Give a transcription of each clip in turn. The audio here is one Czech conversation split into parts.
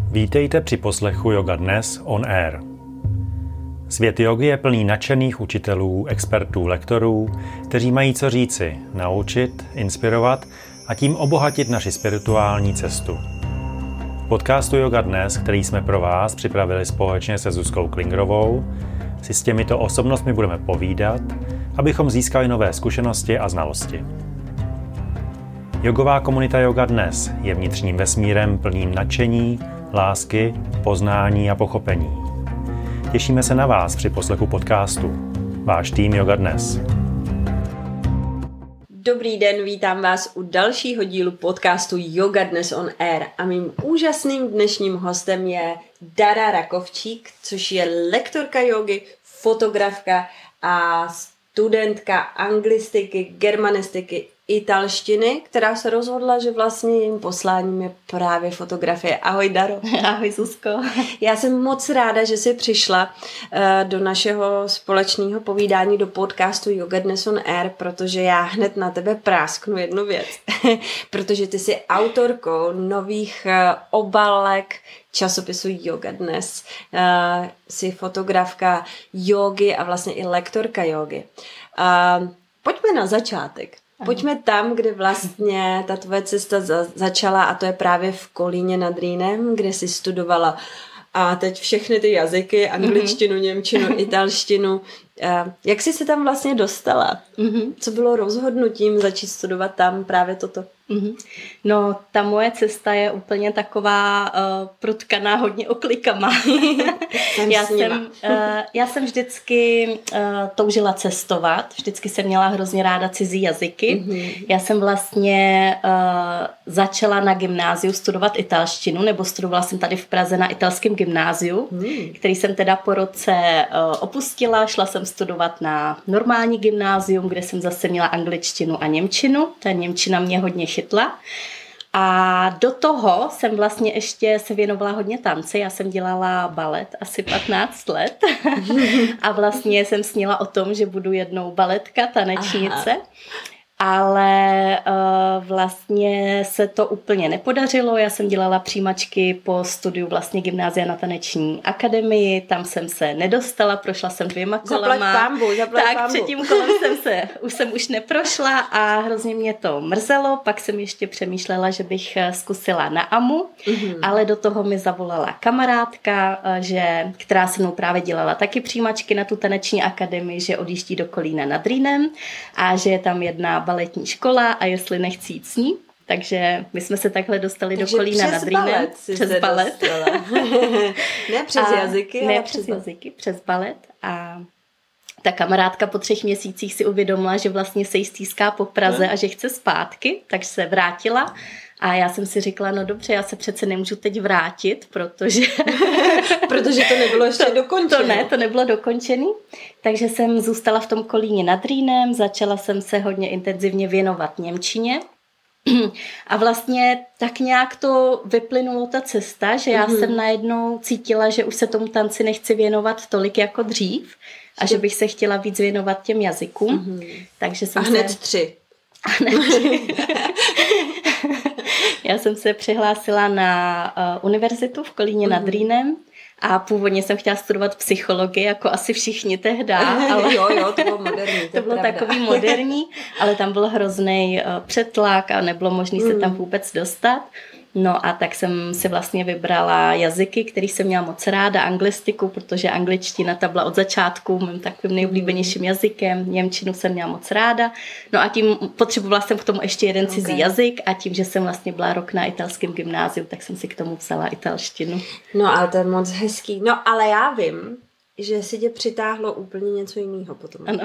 Vítejte při poslechu Yoga Dnes on Air. Svět jogy je plný nadšených učitelů, expertů, lektorů, kteří mají co říci, naučit, inspirovat a tím obohatit naši spirituální cestu. V podcastu Yoga Dnes, který jsme pro vás připravili společně se Zuzkou Klingrovou, si s těmito osobnostmi budeme povídat, abychom získali nové zkušenosti a znalosti. Jogová komunita Yoga Dnes je vnitřním vesmírem plným nadšení, lásky, poznání a pochopení. Těšíme se na vás při poslechu podcastu. Váš tým Yoga Dnes. Dobrý den, vítám vás u dalšího dílu podcastu Yoga Dnes on Air a mým úžasným dnešním hostem je Dara Rakovčík, což je lektorka jógy, fotografka a studentka anglistiky, germanistiky, italštiny, která se rozhodla, že vlastně jejím posláním je právě fotografie. Ahoj Daro. Ahoj Zuzko. Já jsem moc ráda, že jsi přišla do našeho společného povídání do podcastu Yoga Dnes on Air, protože já hned na tebe prásknu jednu věc. Protože ty jsi autorkou nových obalek časopisu Yoga Dnes. Jsi fotografka jógy a vlastně i lektorka jógy. Pojďme na začátek. Pojďme tam, kde vlastně ta tvoje cesta začala, a to je právě v Kolíně nad Rýnem, kde jsi studovala a teď všechny ty jazyky, angličtinu, němčinu, italštinu. Jak jsi se tam vlastně dostala? Co bylo rozhodnutím začít studovat tam právě toto? No, ta moje cesta je úplně taková protkaná hodně oklikama. Já jsem vždycky toužila cestovat, vždycky jsem měla hrozně ráda cizí jazyky. Já jsem vlastně začala na gymnáziu studovat italštinu, nebo studovala jsem tady v Praze na italském gymnáziu, který jsem teda po roce opustila, šla jsem studovat na normální gymnázium, kde jsem zase měla angličtinu a němčinu. Ta němčina mě hodně chytla. A do toho jsem vlastně ještě se věnovala hodně tanci. Já jsem dělala balet asi 15 let a vlastně jsem snila o tom, že budu jednou baletka, tanečnice. Aha. Ale vlastně se to úplně nepodařilo. Já jsem dělala přijímačky po studiu vlastně gymnázia na taneční akademii, tam jsem se nedostala, prošla jsem 2 kolama. Zaplať pambu. Třetím kolem jsem už neprošla a hrozně mě to mrzelo, pak jsem ještě přemýšlela, že bych zkusila na AMU, ale do toho mi zavolala kamarádka, která se mnou právě dělala taky přijímačky na tu taneční akademii, že odjíždí do Kolína nad Rýnem a že je tam jedna baletní škola a jestli nechci jít s ní. Takže my jsme se takhle dostali do Kolína nad Rýnem. Přes balet. Ne přes jazyky, ale přes jazyky, přes balet. A ta kamarádka po 3 měsících si uvědomila, že vlastně se jí stýská po Praze a že chce zpátky, takže se vrátila. A já jsem si říkala, no dobře, já se přece nemůžu teď vrátit, protože to nebylo ještě dokončené. To nebylo dokončený. Takže jsem zůstala v tom Kolíně nad Rýnem, začala jsem se hodně intenzivně věnovat němčině. A vlastně tak nějak to vyplynulo ta cesta, že já jsem najednou cítila, že už se tomu tanci nechci věnovat tolik jako dřív a že bych se chtěla víc věnovat těm jazykům. Takže jsem hned 3. Já jsem se přihlásila na univerzitu v Kolíně nad Rýnem a původně jsem chtěla studovat psychologii, jako asi všichni tehdy. Ale jo, to bylo moderní. To bylo takový moderní, ale tam byl hrozný přetlak a nebylo možné se tam vůbec dostat. No a tak jsem si vlastně vybrala jazyky, který jsem měla moc ráda, anglistiku, protože angličtina ta byla od začátku mým takovým nejoblíbenějším jazykem, němčinu jsem měla moc ráda. No a tím potřebovala jsem k tomu ještě jeden cizí jazyk a tím, že jsem vlastně byla rok na italském gymnáziu, tak jsem si k tomu vzala italštinu. No ale to je moc hezký. No ale já vím, že si tě přitáhlo úplně něco jiného potom. Ano.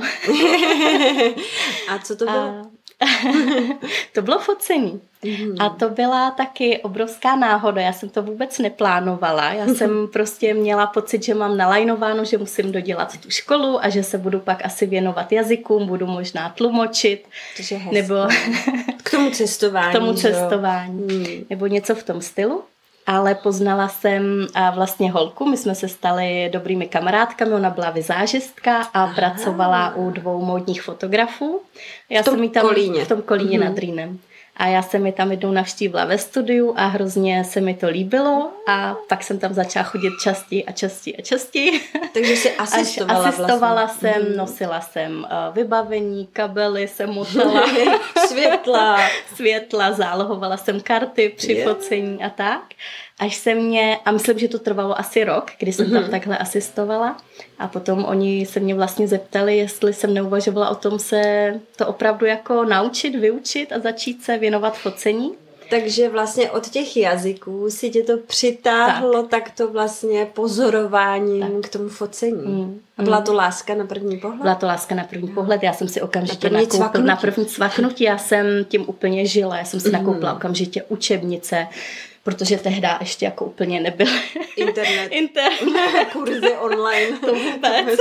A co to bylo? To bylo focení. A to byla taky obrovská náhoda. Já jsem to vůbec neplánovala. Já jsem prostě měla pocit, že mám nalajnováno, že musím dodělat tu školu a že se budu pak asi věnovat jazykům, budu možná tlumočit. Nebo k tomu cestování. Nebo něco v tom stylu. Ale poznala jsem vlastně holku, my jsme se stali dobrými kamarádkami, ona byla vizážistka a pracovala u 2 módních fotografů. Já jsem jí tam v tom Kolíně nad Rýnem. A já jsem je tam jednou navštívila ve studiu a hrozně se mi to líbilo a pak jsem tam začala chodit častěji. Takže jsi asistovala Asistovala jsem, nosila jsem vybavení, kabely jsem motala. Světla, zálohovala jsem karty při focení a tak. Až se mě, a myslím, že to trvalo asi rok, kdy jsem tam takhle asistovala a potom oni se mě vlastně zeptali, jestli jsem neuvažovala o tom se to opravdu jako naučit, vyučit a začít se věnovat focení. Takže vlastně od těch jazyků si tě to přitáhlo takto vlastně pozorováním k tomu focení. A byla to láska na první pohled? Byla to láska na první pohled. Já jsem si okamžitě na první cvaknutí. Já jsem tím úplně žila. Já jsem si nakoupila okamžitě učebnice, protože tehdy ještě jako úplně nebyl internet. Kurzy online. To vůbec.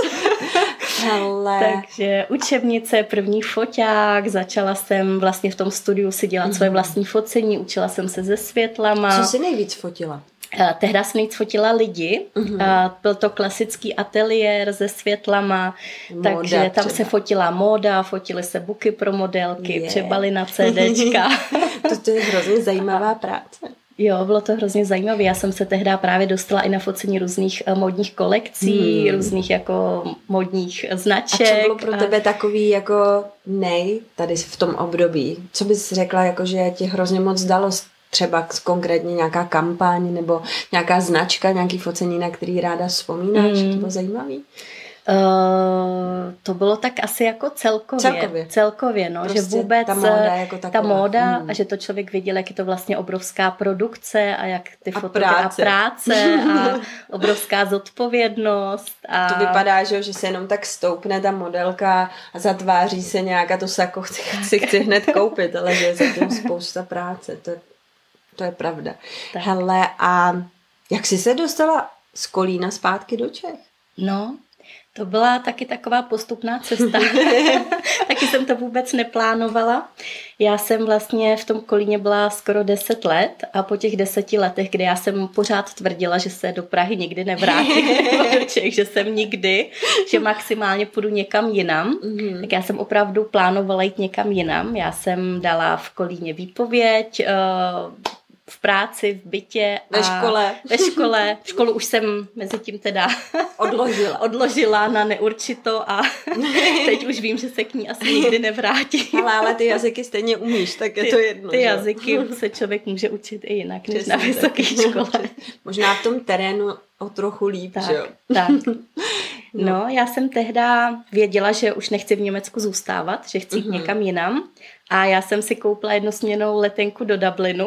Takže učebnice, první foťák, začala jsem vlastně v tom studiu si dělat svoje vlastní focení, učila jsem se se světlama. Co jsi nejvíc fotila? Tehdy jsem nejvíc fotila lidi. Byl to klasický ateliér se světlama, takže tam se fotila móda, fotily se buky pro modelky, přebaly na CDčka. To je hrozně zajímavá práce. Jo, bylo to hrozně zajímavé. Já jsem se tehdy právě dostala i na focení různých modních kolekcí, různých jako modních značek. A co bylo pro tebe takový jako tady v tom období? Co bys řekla, jako, že ti hrozně moc dalo třeba konkrétně nějaká kampaň nebo nějaká značka, nějaký focení, na který ráda vzpomínáš? To bylo zajímavý? To bylo tak asi jako celkově, no, prostě že vůbec ta móda a že to člověk viděl, jak je to vlastně obrovská produkce a jak ty práce a obrovská zodpovědnost. A to vypadá, že se jenom tak stoupne ta modelka a zatváří se nějak a to sako chci hned koupit, ale že je za tím spousta práce, to je pravda. Tak. Hele, a jak jsi se dostala z Kolína zpátky do Čech? No, to byla taky taková postupná cesta. Taky jsem to vůbec neplánovala. Já jsem vlastně v tom Kolíně byla skoro 10 let a po těch 10 letech, kdy já jsem pořád tvrdila, že se do Prahy nikdy nevrátím, do Čech, že jsem nikdy, že maximálně půjdu někam jinam, tak já jsem opravdu plánovala jít někam jinam. Já jsem dala v Kolíně výpověď, v práci, v bytě. Ve škole. V školu už jsem mezi tím teda odložila na neurčito a teď už vím, že se k ní asi nikdy nevrátím. Ale ty jazyky stejně umíš, tak je to jedno. Ty jazyky se člověk může učit i jinak, než na vysoké škole. Možná v tom terénu o trochu líp, tak, že jo? Tak. No, já jsem tehda věděla, že už nechci v Německu zůstávat, že chci jít někam jinam. A já jsem si koupila jednosměnnou letenku do Dublinu.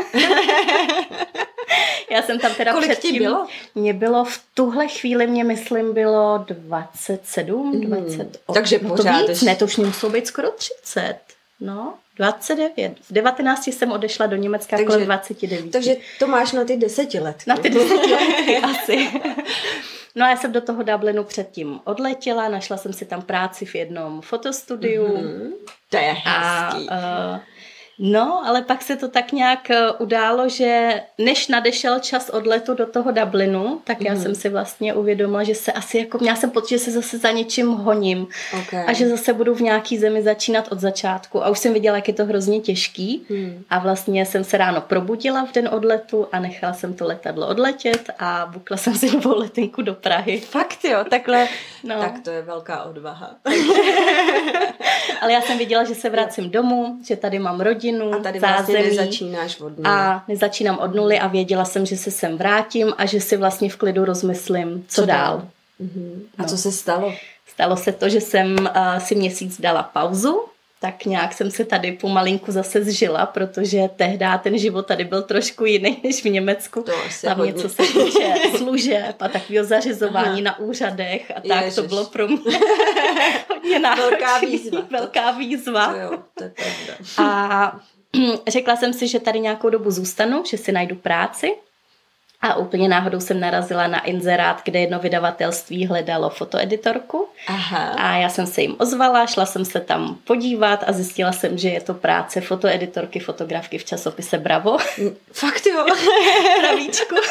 Já jsem tam teda Kolik ti bylo? Mně bylo v tuhle chvíli, myslím, bylo 27, 28. Takže pořád. To už muselo být skoro 30. No, 29. V 19 jsem odešla do Německa kolem 29. Takže to máš na ty 10 let. Na ty 10 let asi. No a já jsem do toho Dublinu předtím odletěla, našla jsem si tam práci v jednom fotostudiu. To je hezký. No, ale pak se to tak nějak událo, že než nadešel čas odletu do toho Dublinu, tak já jsem si vlastně uvědomila, že se asi jako, měla jsem pocit, že se zase za něčím honím a že zase budu v nějaký zemi začínat od začátku a už jsem viděla, jak je to hrozně těžký a vlastně jsem se ráno probudila v den odletu a nechala jsem to letadlo odletět a bukla jsem si novou letenku do Prahy. Fakt jo, takhle, tak to je velká odvaha. Ale já jsem viděla, že se vracím domů, že tady mám rodinu, a tady vlastně nezačínáš od nuly. A nezačínám od nuly a věděla jsem, že se sem vrátím a že si vlastně v klidu rozmyslím, co dál. A co se stalo? Stalo se to, že jsem si měsíc dala pauzu, tak nějak jsem se tady pomalinku zase zžila, protože tehdy ten život tady byl trošku jiný než v Německu. Hlavně co se týče služeb a takového zařizování na úřadech a tak. Ježiš. To bylo pro mě hodně náročný. Velká výzva. To jo, to je pravda. A řekla jsem si, že tady nějakou dobu zůstanu, že si najdu práci. A úplně náhodou jsem narazila na inzerát, kde jedno vydavatelství hledalo fotoeditorku. Aha. A já jsem se jim ozvala, šla jsem se tam podívat a zjistila jsem, že je to práce fotoeditorky, fotografky v časopise Bravo. Fakt jo? Pravíčku.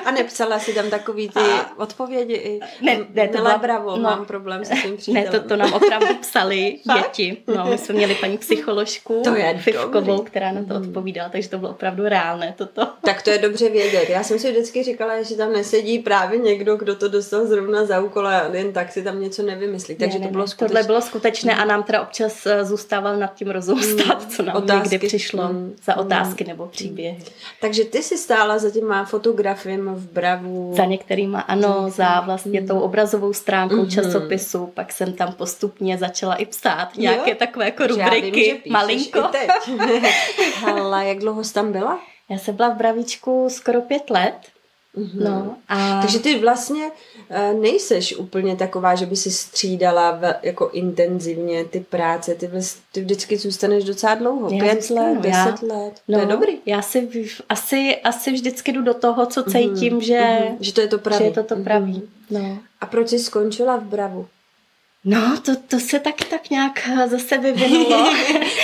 A nepsala si tam takový ty odpovědi i? Ne, to byla bravo, mám problém se svým přítelem. Ne, to nám opravdu psali děti. No, my jsme měli paní psycholožku Fivkovou, která na to odpovídala, takže to bylo opravdu reálné toto. Tak to je dobře vědět. Já jsem si vždycky říkala, že tam nesedí právě někdo, kdo to dostal zrovna za úkol a jen tak si tam něco nevymyslí. Takže to bylo skutečné. Tohle bylo skutečné a nám teda občas zůstával nad tím rozum stát, co nám někdy přišlo za otázky nebo příběhy. Takže ty jsi stála za těma fotografiemi v Bravu. Za některýma, ano, za vlastně tou obrazovou stránkou časopisu, pak jsem tam postupně začala i psát nějaké takové jako rubriky, malinko. Ale jak dlouho jsi tam byla? Já jsem byla v Bravíčku skoro 5 let. No, Takže ty vlastně nejseš úplně taková, že by si střídala jako intenzivně ty práce, ty vždycky zůstaneš docela dlouho, 5 let, 10 let, to je dobrý. Já si asi vždycky jdu do toho, co cítím, že to je to pravý. Že je to pravý. No. A proč jsi skončila v Bravu? No, to se tak nějak zase vyvinulo.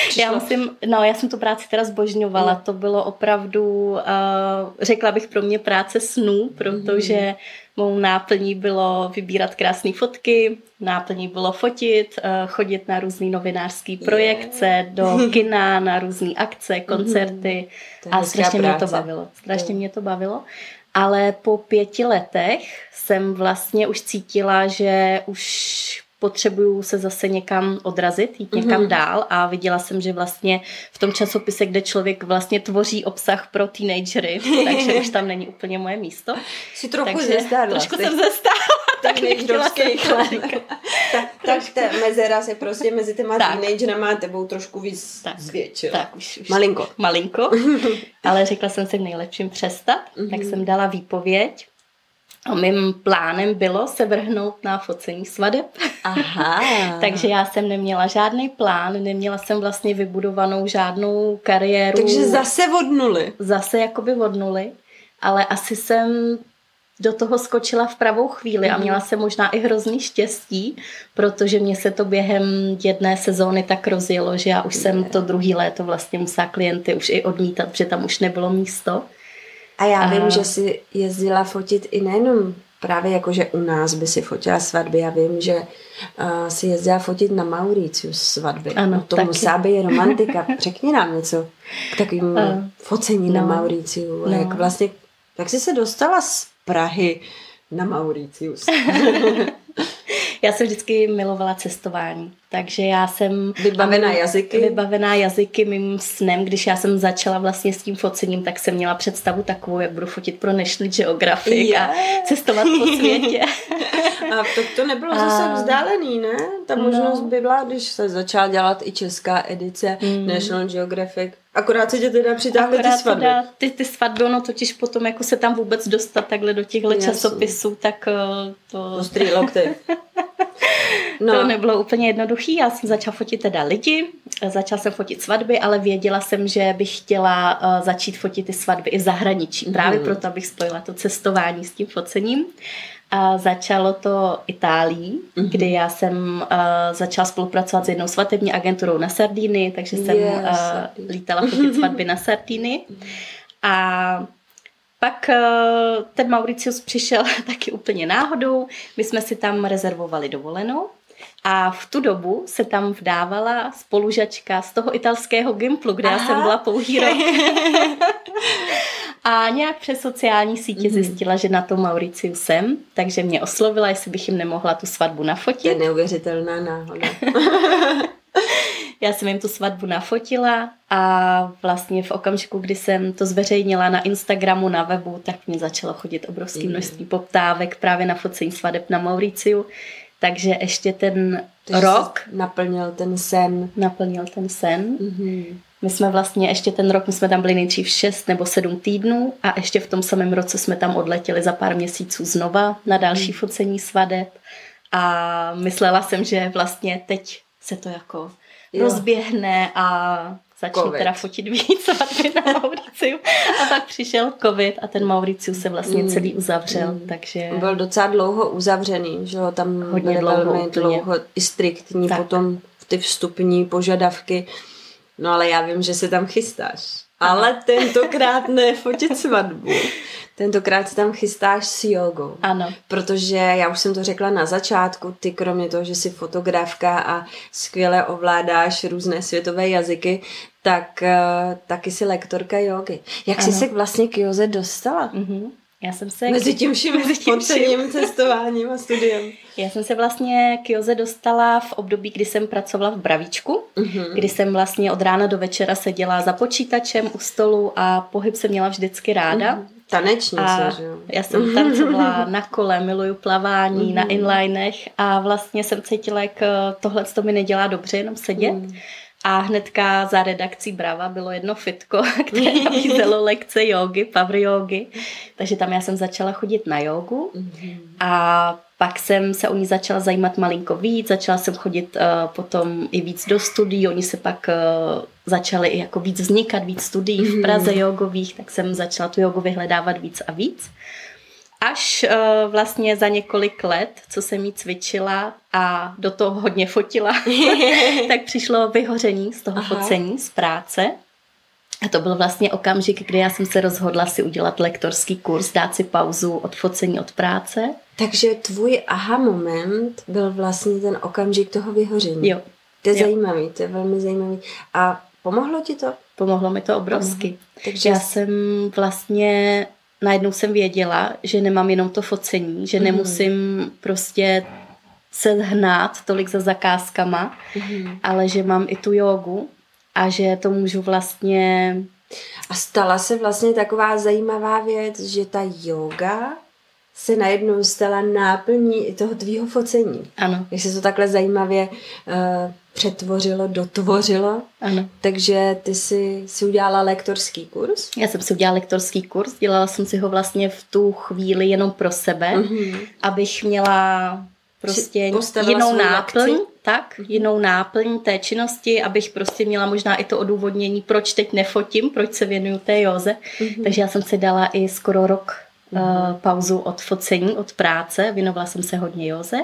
Já jsem tu práci teda zbožňovala. To bylo opravdu, řekla bych pro mě práce snů, protože mou náplní bylo vybírat krásné fotky, náplní bylo fotit, chodit na různý novinářský projekce, do kina, na různé akce, koncerty a strašně mě to bavilo. Ale po 5 letech jsem vlastně už cítila, že už potřebuju se zase někam odrazit, jít někam dál a viděla jsem, že vlastně v tom časopise, kde člověk vlastně tvoří obsah pro teenagery, takže už tam není úplně moje místo. Si trošku zestárla. Trošku jsem zestárla, tak nechtěla jsem to tak ta mezera se prostě mezi těma teenagerama a tebou trošku víc zvětšila. Tak už Malinko. Ale řekla jsem si v nejlepším přestat, tak jsem dala výpověď. A mým plánem bylo se vrhnout na focení svadeb. Aha. Takže já jsem neměla žádný plán, neměla jsem vlastně vybudovanou žádnou kariéru. Takže zase od nuly. Ale asi jsem do toho skočila v pravou chvíli a měla jsem možná i hrozný štěstí, protože mě se to během jedné sezóny tak rozjelo, že já už jsem to druhý léto vlastně musela klienty už i odmítat, protože tam už nebylo místo. A já vím, že jsi jezdila fotit i nejenom právě jako, že u nás by si fotila svatby. Já vím, že si jezdila fotit na Mauricius svatby. Ano, to musela být romantika. Řekni nám něco k takovým focení na Mauriciu. Jak jsi se dostala z Prahy na Mauricius? Já jsem vždycky milovala cestování, takže já jsem vybavená jazyky mým snem. Když já jsem začala vlastně s tím focením, tak jsem měla představu takovou, jak budu fotit pro National Geographic a cestovat po světě. A to nebylo zase vzdálený, ne? Ta možnost by byla, když se začala dělat i česká edice National Geographic. Akorát se tě teda přitáhly ty svatby. Ty svatby, ono totiž potom jako se tam vůbec dostat takhle do těchto časopisů, tak to... Ostrý lokty. To nebylo úplně jednoduchý. Já jsem začala fotit teda lidi, začala jsem fotit svatby, ale věděla jsem, že bych chtěla začít fotit ty svatby i v zahraničí. Právě proto, abych spojila to cestování s tím focením. A začalo to Itálií, kdy já jsem začala spolupracovat s jednou svatební agenturou na Sardinii, takže jsem lítala fotit svatby na Sardinii. A pak ten Mauricius přišel taky úplně náhodou. My jsme si tam rezervovali dovolenou a v tu dobu se tam vdávala spolužačka z toho italského Gimplu, kde já jsem byla pouhý rok. A nějak přes sociální sítě zjistila, že na tom Mauriciu jsem, takže mě oslovila, jestli bych jim nemohla tu svatbu nafotit. To je neuvěřitelná náhoda. Já jsem jim tu svatbu nafotila a vlastně v okamžiku, kdy jsem to zveřejnila na Instagramu, na webu, tak mě začalo chodit obrovské množství poptávek právě na focení svadeb na Mauriciu. Takže ještě ten rok naplnil ten sen. My jsme vlastně ještě ten rok, my jsme tam byli nejdřív 6 nebo 7 týdnů a ještě v tom samém roce jsme tam odletěli za pár měsíců znova na další focení svadeb a myslela jsem, že vlastně teď se to jako rozběhne a začnu teda fotit víc svatby na Mauriciu. A pak přišel covid a ten Mauricius se vlastně celý uzavřel. Takže byl docela dlouho uzavřený, že ho tam hodně velmi dlouho i striktní potom ty vstupní požadavky. No ale já vím, že se tam chystáš. ale tentokrát ne fotit svatbu. Tentokrát se tam chystáš s jogou. Ano. Protože já už jsem to řekla na začátku, ty kromě toho, že jsi fotografka a skvěle ovládáš různé světové jazyky, tak taky jsi lektorka jógy. Jak jsi se vlastně k józe dostala? Já jsem se... Mezi tím vším focením, cestováním a studiem. Já jsem se vlastně k józe dostala v období, kdy jsem pracovala v Bravíčku, kdy jsem vlastně od rána do večera seděla za počítačem u stolu a pohyb jsem měla vždycky ráda. Tanečnice, že jo? Já jsem tancovala na kole, miluju plavání, na inlinech a vlastně jsem cítila, jak tohle mi nedělá dobře, jenom sedět. A hnedka za redakcí Brava bylo jedno fitko, které nabízelo lekce jógy, power jógy. Takže tam já jsem začala chodit na jógu a pak jsem se o ní začala zajímat malinko víc, začala jsem chodit potom i víc do studií, oni se pak začaly i jako víc vznikat, víc studií v Praze jogových, tak jsem začala tu jogu vyhledávat víc a víc. Až vlastně za několik let, co jsem jí cvičila a do toho hodně fotila, tak přišlo vyhoření z toho focení, z práce. A to byl vlastně okamžik, kdy já jsem se rozhodla si udělat lektorský kurz, dát si pauzu od focení, od práce. Takže tvůj aha moment byl vlastně ten okamžik toho vyhoření. Jo. To je zajímavý, to je velmi zajímavý. A pomohlo ti to? Pomohlo mi to obrovsky. Takže já jsem vlastně... Najednou jsem věděla, že nemám jenom to focení, že nemusím prostě se hnát tolik za zakázkama, ale že mám i tu jógu a že to můžu vlastně... A stala se vlastně taková zajímavá věc, že ta jóga se najednou stala náplní i toho tvýho focení. Ano. Jak se to takhle zajímavě přetvořilo, dotvořilo. Ano. Takže ty jsi udělala lektorský kurz? Já jsem si udělala lektorský kurz, dělala jsem si ho vlastně v tu chvíli jenom pro sebe, abych měla prostě jinou náplň, jinou náplň té činnosti, abych prostě měla možná i to odůvodnění, proč teď nefotím, proč se věnuju té józe. Takže já jsem si dala i skoro rok pauzu od focení, od práce, věnovala jsem se hodně józe.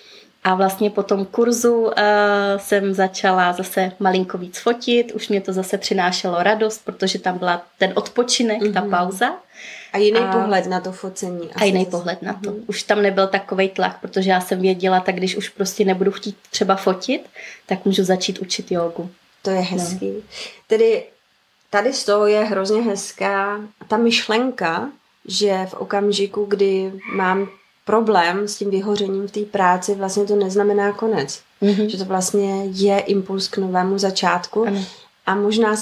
A vlastně po tom kurzu jsem začala zase malinko víc fotit, už mě to zase přinášelo radost, protože tam byla ten odpočinek, ta pauza. A jiný pohled na to focení. A jiný pohled na to. Už tam nebyl takovej tlak, protože já jsem věděla, tak když už prostě nebudu chtít třeba fotit, tak můžu začít učit jógu. To je hezký. No. Tedy tady z toho je hrozně hezká ta myšlenka, že v okamžiku, kdy mám problém s tím vyhořením v té práci, vlastně to neznamená konec. Že to vlastně je impuls k novému začátku. Ano. A možná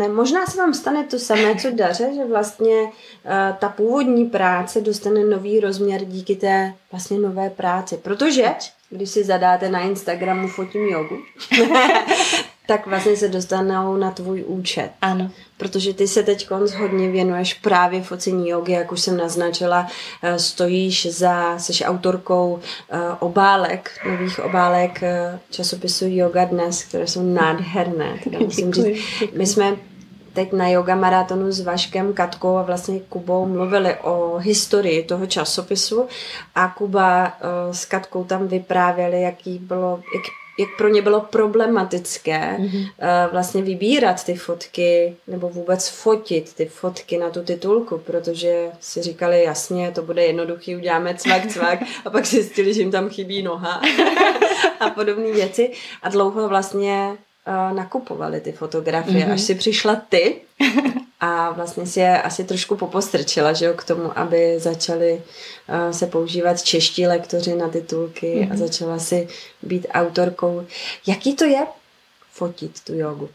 se vám stane to samé, co Daře, že vlastně ta původní práce dostane nový rozměr díky té vlastně nové práci. Protože, když si zadáte na Instagramu fotím jogu, tak vlastně se dostanou na tvůj účet. Ano. Protože ty se teď hodně věnuješ právě focení jogy, jak už jsem naznačila, jsi autorkou nových obálek časopisu Yoga Dnes, které jsou nádherné. Musím říct, my jsme teď na yoga maratonu s Vaškem, Katkou a vlastně Kubou mluvili o historii toho časopisu a Kuba s Katkou tam vyprávěli, jak pro ně bylo problematické vlastně vybírat ty fotky nebo vůbec fotit ty fotky na tu titulku, protože si říkali, jasně, to bude jednoduchý, uděláme cvak a pak si zjistili, že jim tam chybí noha a podobné věci a dlouho vlastně nakupovali ty fotografie, až si přišla ty a vlastně si je asi trošku popostrčila, že jo, k tomu, aby začali se používat čeští lektoři na titulky a začala si být autorkou. Jaký to je fotit tu jogu?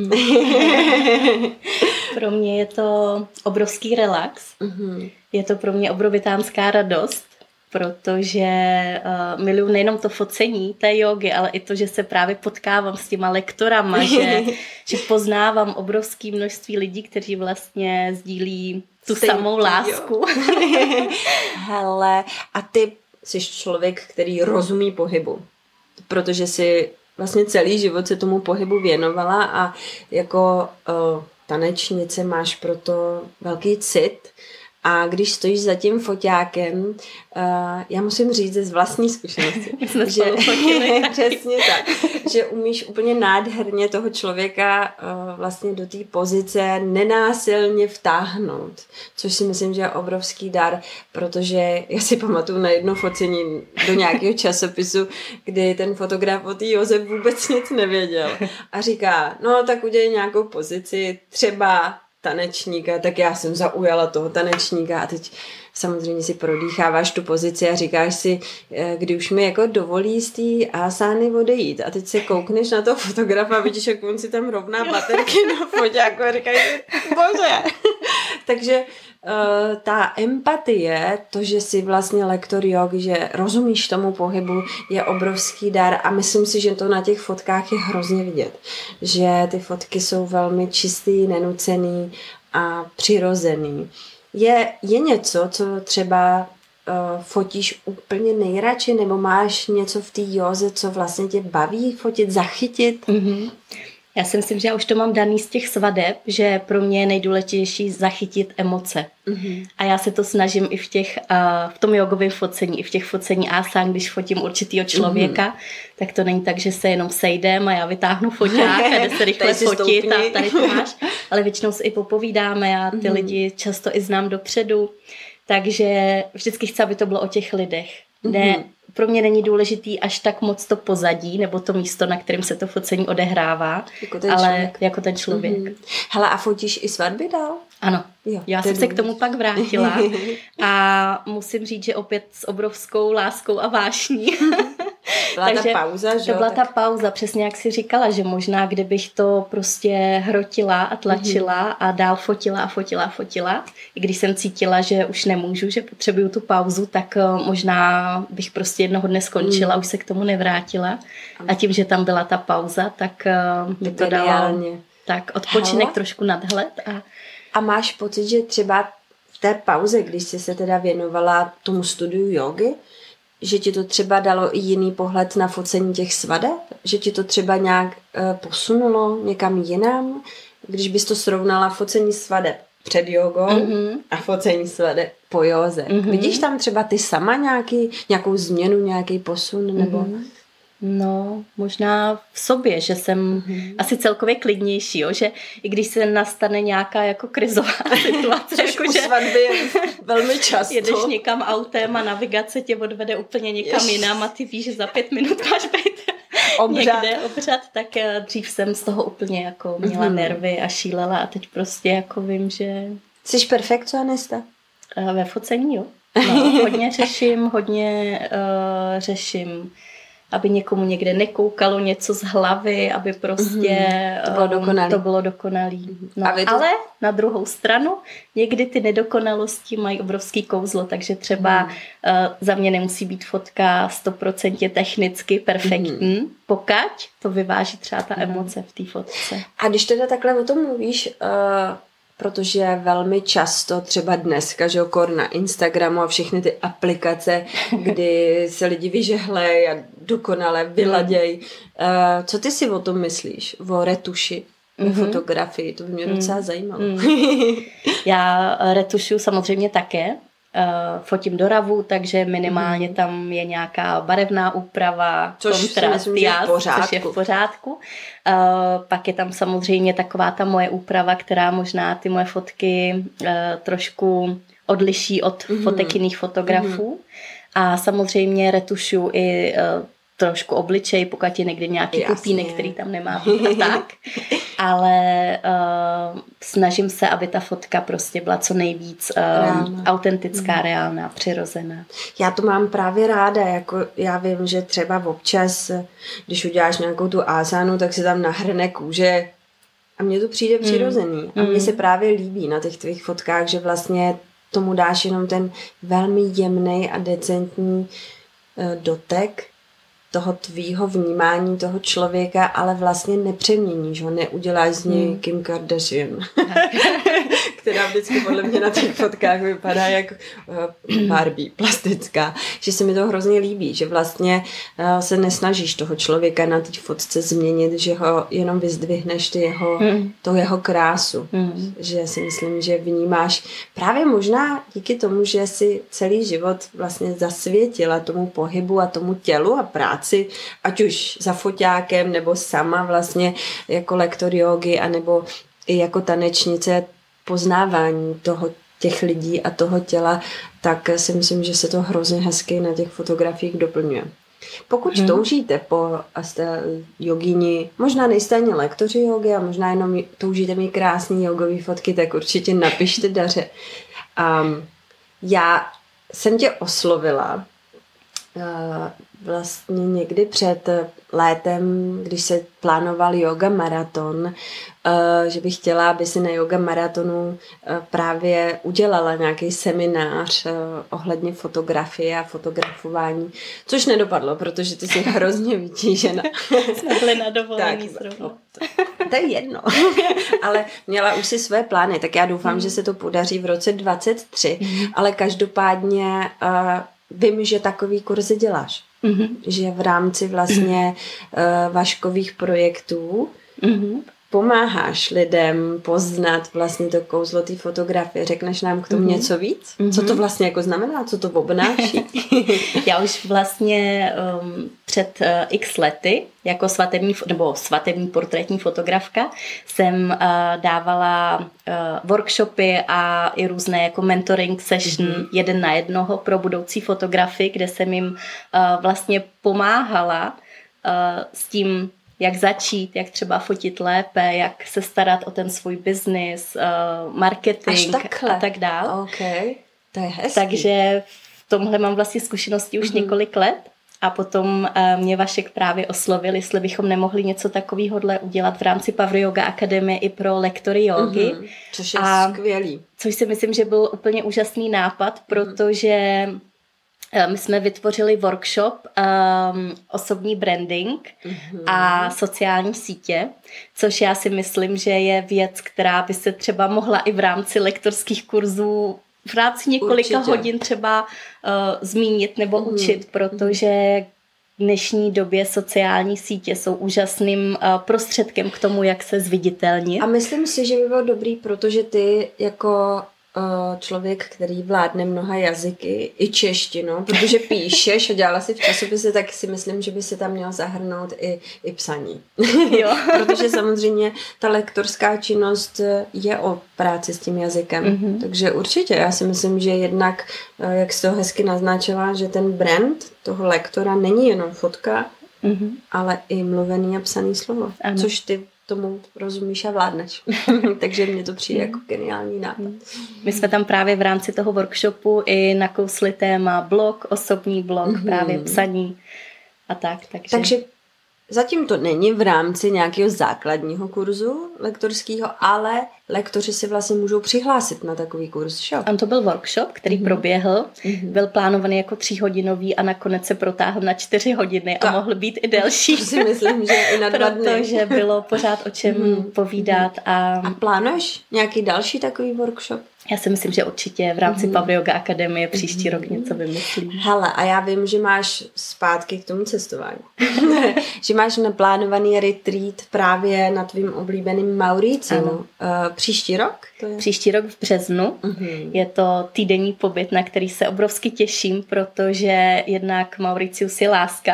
Pro mě je to obrovský relax. Je to pro mě obrovitánská radost, protože miluju nejenom to focení té jógy, ale i to, že se právě potkávám s těma lektorama, že poznávám obrovské množství lidí, kteří vlastně sdílí tu samou lásku. Hele, a ty jsi člověk, který rozumí pohybu, protože si vlastně celý život se tomu pohybu věnovala a jako tanečnice máš proto velký cit A když stojíš za tím foťákem, já musím říct z vlastní zkušenosti, že přesně tak, že umíš úplně nádherně toho člověka vlastně do té pozice nenásilně vtáhnout, což si myslím, že je obrovský dar, protože já si pamatuju na jedno focení do nějakého časopisu, kdy ten fotograf o té Joze vůbec nic nevěděl a říká, no tak udělej nějakou pozici, třeba tanečníka, tak já jsem zaujala toho tanečníka a teď samozřejmě si prodýcháváš tu pozici a říkáš si, kdy už mi jako dovolí z té asány odejít a teď se koukneš na toho fotografa a vidíš, jak on si tam rovná baterky na foťáku a říkáš, bože. Takže ta empatie, to, že jsi vlastně lektor jógy, že rozumíš tomu pohybu, je obrovský dar a myslím si, že to na těch fotkách je hrozně vidět. Že ty fotky jsou velmi čistý, nenucený a přirozený. Je něco, co třeba fotíš úplně nejradši, nebo máš něco v té józe, co vlastně tě baví fotit, zachytit? Mm-hmm. Já si myslím, že já už to mám daný z těch svadeb, že pro mě je nejdůležitější zachytit emoce. Mm-hmm. A já se to snažím i v tom jogovém focení, i v těch focení asán, když fotím určitýho člověka, tak to není tak, že se jenom sejdem a já vytáhnu foťák a jde se rychle fotit a tady to máš. Ale většinou se i popovídáme, já ty lidi často i znám dopředu, takže vždycky chci, aby to bylo o těch lidech. Ne, pro mě není důležitý až tak moc to pozadí, nebo to místo, na kterém se to focení odehrává, jako ten člověk. Hele, a fotíš i svatby dál? Ano, jo, já jsem se k tomu pak vrátila a musím říct, že opět s obrovskou láskou a vášní. Byla ta pauza, že? To byla ta pauza, přesně jak jsi říkala, že možná kdybych to prostě hrotila a tlačila a dál fotila, i když jsem cítila, že už nemůžu, že potřebuju tu pauzu, tak možná bych prostě jednoho dne skončila, už se k tomu nevrátila. A tím, že tam byla ta pauza, tak mi to dalo tak odpočinek, trošku nadhled. A máš pocit, že třeba v té pauze, když jsi se teda věnovala tomu studiu jógy, že ti to třeba dalo i jiný pohled na focení těch svadeb? Že ti to třeba nějak posunulo někam jinam? Když bys to srovnala focení svadeb před jogou a focení svadeb po józe. Vidíš tam třeba ty sama nějakou změnu, nějaký posun? Nebo... No, možná v sobě, že jsem asi celkově klidnější, jo? Že i když se nastane nějaká jako krizová situace, jako že svatby je velmi často. Jedeš někam autem a navigace tě odvede úplně někam jinam a ty víš, že za 5 minut máš být někde obřad, tak dřív jsem z toho úplně jako měla nervy a šílela a teď prostě jako vím, že... Jsi perfekcionista? Ve focení, jo. No, hodně řeším aby někomu někde nekoukalo něco z hlavy, aby prostě to bylo dokonalý. No, ale na druhou stranu někdy ty nedokonalosti mají obrovský kouzlo, takže třeba za mě nemusí být fotka 100% technicky perfektní, pokud to vyváží třeba ta emoce v té fotce. A když teda takhle o tom mluvíš, protože velmi často třeba dneska, že okor na Instagramu a všechny ty aplikace, kdy se lidi vyžehlej a dokonale vyladěj. Co ty si o tom myslíš? O retuši, o fotografii? To by mě docela zajímalo. Já retušuju samozřejmě také. Fotím do ravu, takže minimálně tam je nějaká barevná úprava, kontrast, což je v pořádku. Pak je tam samozřejmě taková ta moje úprava, která možná ty moje fotky trošku odliší od fotek jiných fotografů. A samozřejmě retušuju i trošku obličej, pokud je někdy nějaký pupínek, který tam nemá být a tak. Ale snažím se, aby ta fotka prostě byla co nejvíc autentická, reálná, přirozená. Já to mám právě ráda, jako já vím, že třeba občas, když uděláš nějakou tu asánu, tak se tam nahrne kůže a mně to přijde přirozený. A mně se právě líbí na těch tvých fotkách, že vlastně tomu dáš jenom ten velmi jemný a decentní dotek toho tvýho vnímání toho člověka, ale vlastně nepřeměníš ho, neuděláš z něj Kim Kardashian, která vždycky podle mě na těch fotkách vypadá jak Barbie, plastická, že se mi to hrozně líbí, že vlastně se nesnažíš toho člověka na té fotce změnit, že ho jenom vyzdvihneš tu jeho krásu. Že si myslím, že vnímáš právě možná díky tomu, že si celý život vlastně zasvětila tomu pohybu a tomu tělu a práci, ať už za foťákem nebo sama vlastně jako lektor jógy anebo i jako tanečnice poznávání těch lidí a toho těla, tak si myslím, že se to hrozně hezky na těch fotografiích doplňuje. Pokud toužíte po jogini, možná nejste ani lektoři jogy a možná jenom toužíte mít krásný jogový fotky, tak určitě napište Daře. Já jsem tě oslovila vlastně někdy před létem, když se plánoval yoga maraton, že bych chtěla, aby si na yoga maratonu právě udělala nějaký seminář ohledně fotografie a fotografování, což nedopadlo, protože ty jsi hrozně vytížena. Jsme byli na dovolení zrovna. To je jedno. Ale měla už si své plány, tak já doufám, že se to podaří v roce 2023, ale každopádně vím, že takový kurzy děláš. Že v rámci vlastně vaškových projektů pomáháš lidem poznat vlastně to kouzlo té fotografie. Řekneš nám k tomu něco víc? Co to vlastně jako znamená? Co to obnáší? Já už vlastně před x lety jako svatební portrétní fotografka jsem dávala workshopy a i různé jako mentoring session 1 na 1 pro budoucí fotografy, kde jsem jim vlastně pomáhala s tím, jak začít, jak třeba fotit lépe, jak se starat o ten svůj biznis, marketing a tak dále. Okay. To je hezký. Takže v tomhle mám vlastně zkušenosti už několik let a potom mě Vašek právě oslovil, jestli bychom nemohli něco takového udělat v rámci Power Yoga Akademie i pro lektory jógy. Což je skvělý. Což si myslím, že byl úplně úžasný nápad, protože my jsme vytvořili workshop osobní branding a sociální sítě, což já si myslím, že je věc, která by se třeba mohla i v rámci lektorských kurzů v rámci několika hodin třeba zmínit nebo učit, protože v dnešní době sociální sítě jsou úžasným prostředkem k tomu, jak se zviditelnit. A myslím si, že by bylo dobrý, protože ty jako člověk, který vládne mnoha jazyky, i češtinu, protože píšeš a dělala si v časopise, tak si myslím, že by se tam mělo zahrnout i psaní. Jo. Protože samozřejmě ta lektorská činnost je o práci s tím jazykem. Takže určitě, já si myslím, že jednak, jak jsi to hezky naznačila, že ten brand toho lektora není jenom fotka, ale i mluvený a psaný slovo. Ano. Což ty tomu rozumíš a vládneš. Takže mně to přijde jako geniální nápad. My jsme tam právě v rámci toho workshopu i nakousli téma blog, osobní blog, právě psaní a tak. Takže zatím to není v rámci nějakého základního kurzu lektorského, ale lektoři si vlastně můžou přihlásit na takový kurz, že? On to byl workshop, který proběhl, byl plánovaný jako 3hodinový a nakonec se protáhl na 4 hodiny a mohl být i delší. To si myslím, že i na 2 dny. Protože bylo pořád o čem povídat. A plánuješ nějaký další takový workshop? Já si myslím, že určitě v rámci Power Yoga Akademie příští rok něco vymyslím. Hele, a já vím, že máš zpátky k tomu cestování. Že máš naplánovaný retreat právě na tvým oblíbeným Mauriciu. Příští rok? To je? Příští rok v březnu. Je to týdenní pobyt, na který se obrovsky těším, protože jednak Mauricius je láska.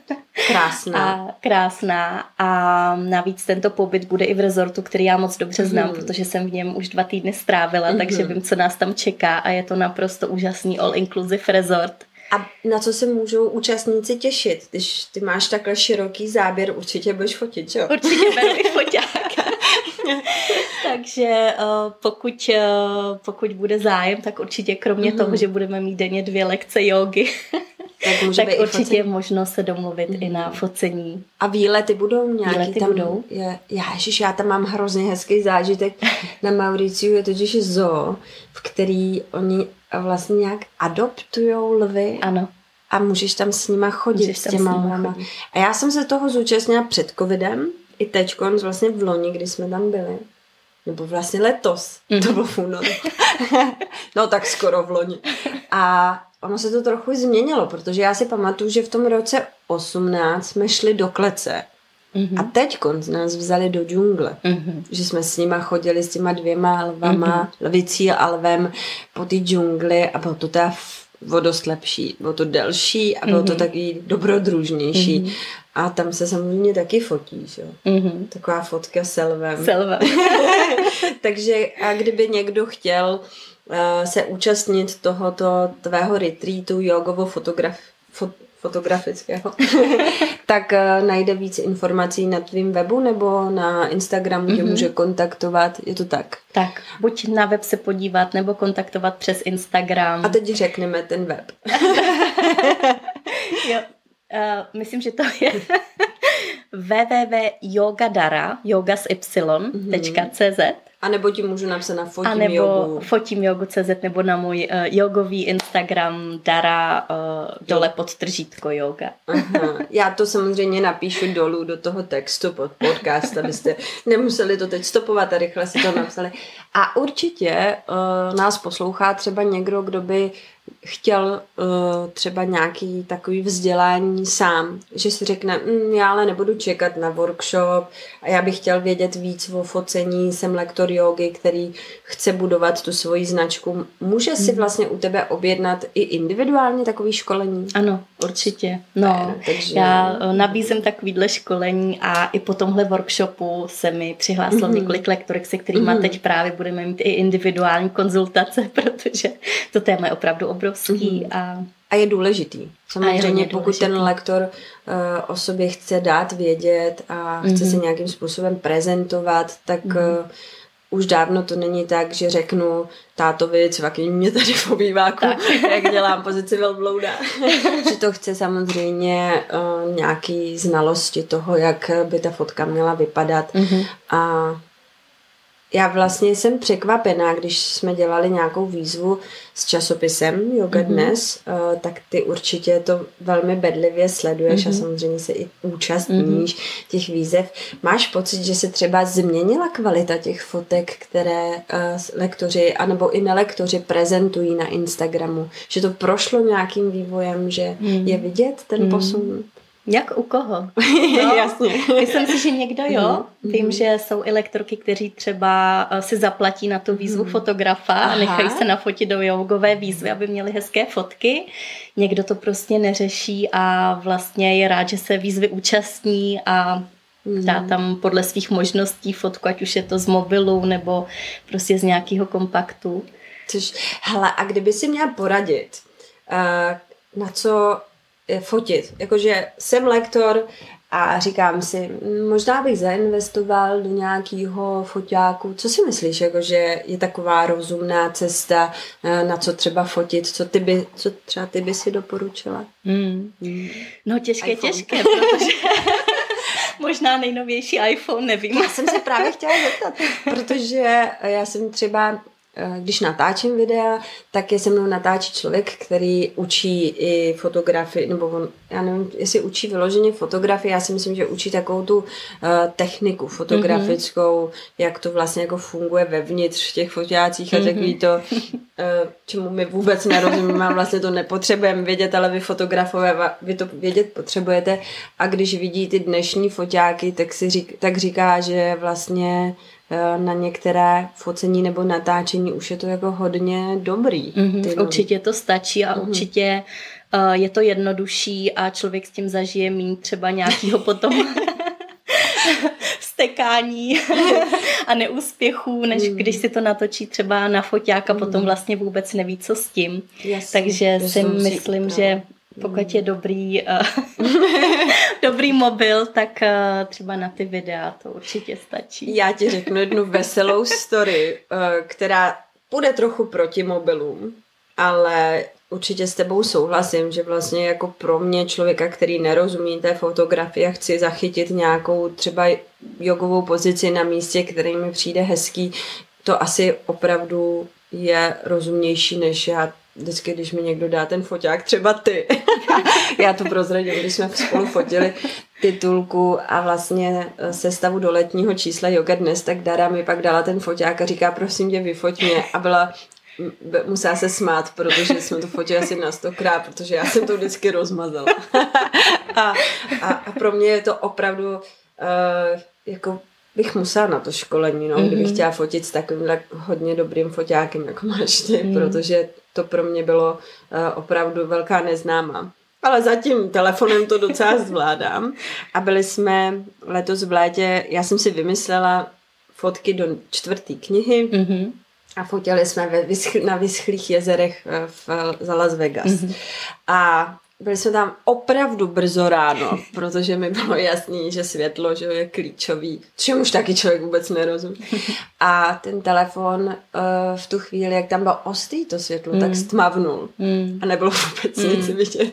Krásná. A navíc tento pobyt bude i v rezortu, který já moc dobře znám, protože jsem v něm už 2 týdny strávila, takže vím, co nás tam čeká a je to naprosto úžasný all-inclusive rezort. A na co se můžou účastníci těšit? Když ty máš takhle široký záběr, určitě budeš fotit, jo? Určitě budu foťák. Takže pokud bude zájem, tak určitě kromě toho, že budeme mít denně 2 lekce jógy, tak určitě je možno se domluvit i na focení. A výlety budou nějaký? Výlety tam budou. Já tam mám hrozně hezký zážitek. Na Mauriciu je totiž zoo, v který oni vlastně nějak adoptujou lvy. Ano. A můžeš tam s nima chodit, s těma lvama. A já jsem se toho zúčastnila před covidem, i teďkon, vlastně v loni, kdy jsme tam byli. nebo vlastně letos, to bylo v únoru. No tak skoro v loni. A ono se to trochu změnilo, protože já si pamatuju, že v tom roce 18 jsme šli do klece. A teď nás vzali do džungle. Že jsme s nima chodili s těma 2 lvama, lvicí a lvem po té džungli a bylo to teda o dost lepší. Bylo to delší a bylo to taky dobrodružnější. A tam se samozřejmě taky fotíš, jo. Taková fotka s lvem. Takže a kdyby někdo chtěl se účastnit tohoto tvého retreatu fotografického, tak najde víc informací na tvým webu nebo na Instagramu tě může kontaktovat, je to tak? Tak, buď na web se podívat nebo kontaktovat přes Instagram. A teď řekneme ten web. Jo, myslím, že to je www.yogadara.cz A nebo ti můžu napsat na Fotím jogu.cz nebo na můj jogový Instagram Dara dole podtržítko yoga. Aha. Já to samozřejmě napíšu dolů do toho textu pod podcast, abyste nemuseli to teď stopovat a rychle si to napsali. A určitě nás poslouchá třeba někdo, kdo by chtěl třeba nějaký takový vzdělání sám, že si řekne, já ale nebudu čekat na workshop a já bych chtěl vědět víc o focení, jsem lektor jógy, který chce budovat tu svoji značku. Může si vlastně u tebe objednat i individuálně takový školení? Ano, určitě. No, takže já nabízím takovýhle školení a i po tomhle workshopu se mi přihlásilo několik lektorek, se kterými teď právě budeme mít i individuální konzultace, protože to téma je opravdu obrovský. A je důležitý. Samozřejmě pokud ten lektor o sobě chce dát vědět a chce se nějakým způsobem prezentovat, tak už dávno to není tak, že řeknu tátovi, cvakni mě tady v obýváku, jak dělám pozici velblouda. Že to chce samozřejmě nějaký znalosti toho, jak by ta fotka měla vypadat. A já vlastně jsem překvapená, když jsme dělali nějakou výzvu s časopisem Yoga Dnes, tak ty určitě to velmi bedlivě sleduješ a samozřejmě se i účastníš těch výzev. Máš pocit, že se třeba změnila kvalita těch fotek, které lektoři anebo i nelektoři prezentují na Instagramu? Že to prošlo nějakým vývojem, že je vidět ten posun? Jak u koho? No, jasně. Myslím si, že někdo jo. Vím, že jsou i lektorky, kteří třeba si zaplatí na tu výzvu fotografa a nechají se nafotit do jogové výzvy, aby měli hezké fotky. Někdo to prostě neřeší a vlastně je rád, že se výzvy účastní a dá tam podle svých možností fotku, ať už je to z mobilu nebo prostě z nějakého kompaktu. Hele, a kdyby si měla poradit, na co fotit. Jakože jsem lektor a říkám si, možná bych zainvestoval do nějakého foťáku. Co si myslíš, jakože je taková rozumná cesta, na co třeba fotit? Co třeba ty by si doporučila? No těžké, protože možná nejnovější iPhone, nevím. Já jsem se právě chtěla zeptat, protože já jsem třeba když natáčím videa, tak je se mnou natáčí člověk, který učí i fotografii, nebo on, já nevím, jestli učí vyloženě fotografii, já si myslím, že učí takovou tu techniku fotografickou, jak to vlastně jako funguje vevnitř v těch foťácích a takový to, čemu my vůbec nerozumíme a vlastně to nepotřebujeme vědět, ale vy fotografové, vy to vědět potřebujete a když vidí ty dnešní foťáky, tak říká, že vlastně na některé focení nebo natáčení už je to jako hodně dobrý. Určitě to stačí a určitě je to jednodušší a člověk s tím zažije míň třeba nějakého potom stekání a neúspěchů, než když si to natočí třeba na foťák a potom vlastně vůbec neví, co s tím. Jasně, takže si myslím, že pokud je dobrý mobil, tak třeba na ty videa to určitě stačí. Já ti řeknu jednu veselou story, která půjde trochu proti mobilům, ale určitě s tebou souhlasím, že vlastně jako pro mě člověka, který nerozumí té fotografii a chci zachytit nějakou třeba jogovou pozici na místě, který mi přijde hezký, to asi opravdu je rozumnější, než já vždycky, když mi někdo dá ten foťák, třeba ty. Já to prozradím, když jsme spolu fotili titulku a vlastně sestavu do letního čísla Yoga Dnes, tak Dara mi pak dala ten foťák a říká, prosím tě, vyfoť mě. A musela se smát, protože jsme to fotili asi na 100krát, protože já jsem to vždycky rozmazala. a pro mě je to opravdu jako bych musela na to školení, kdybych chtěla fotit s takovým hodně dobrým foťákem, jako máš ty, protože to pro mě bylo opravdu velká neznámá. Ale zatím telefonem to docela zvládám. A byli jsme letos v létě, já jsem si vymyslela fotky do 4. knihy a fotili jsme na vyschlých jezerech za Las Vegas. A byli jsme tam opravdu brzo ráno, protože mi bylo jasný, že světlo že je klíčový, čemu už taky člověk vůbec nerozumí. A ten telefon v tu chvíli, jak tam bylo ostrý to světlo, tak stmavnul. A nebylo vůbec nic vidět.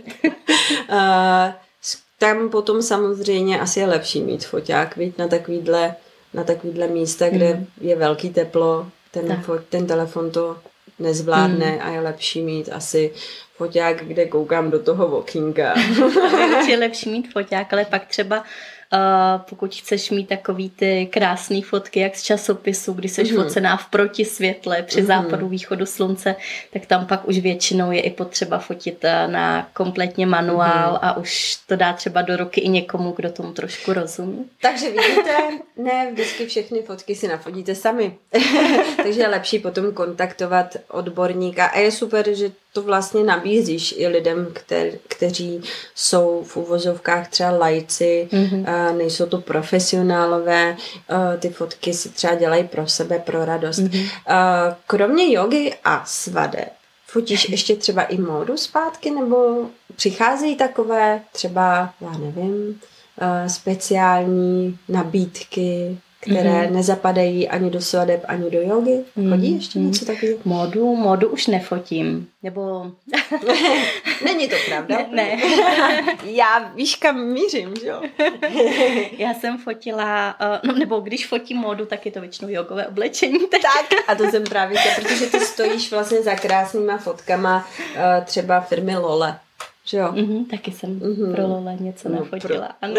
Tam potom samozřejmě asi je lepší mít foťák, víc na takovýhle místa, kde je velký teplo, ten telefon to nezvládne a je lepší mít asi foťák, kde koukám do toho okýnka. Je lepší mít foťák, ale pak třeba pokud chceš mít takový ty krásné fotky, jak z časopisu, kdy seš focená v protisvětle při západu východu slunce, tak tam pak už většinou je i potřeba fotit na kompletně manuál a už to dá třeba do ruky i někomu, kdo tomu trošku rozumí. Takže vidíte, ne vždycky všechny fotky si nafotíte sami. Takže je lepší potom kontaktovat odborníka a je super, že to vlastně nabízíš i lidem, kteří jsou v uvozovkách třeba laici, nejsou to profesionálové, ty fotky si třeba dělají pro sebe, pro radost. Kromě jogy a svadeb, fotíš ještě třeba i módu zpátky, nebo přicházejí takové třeba, já nevím, speciální nabídky, které nezapadají ani do svadeb, ani do jogy? Chodí ještě něco takového? Módu už nefotím. Nebo... Není to pravda? Ne. Já víš, kam mířím, že jo? Já jsem fotila, nebo když fotím módu, tak je to většinou jogové oblečení. Tak, a to jsem právě chtěla, protože ty stojíš vlastně za krásnýma fotkama třeba firmy Lole. Že jo? Taky jsem pro Lole něco nafotila. Ano.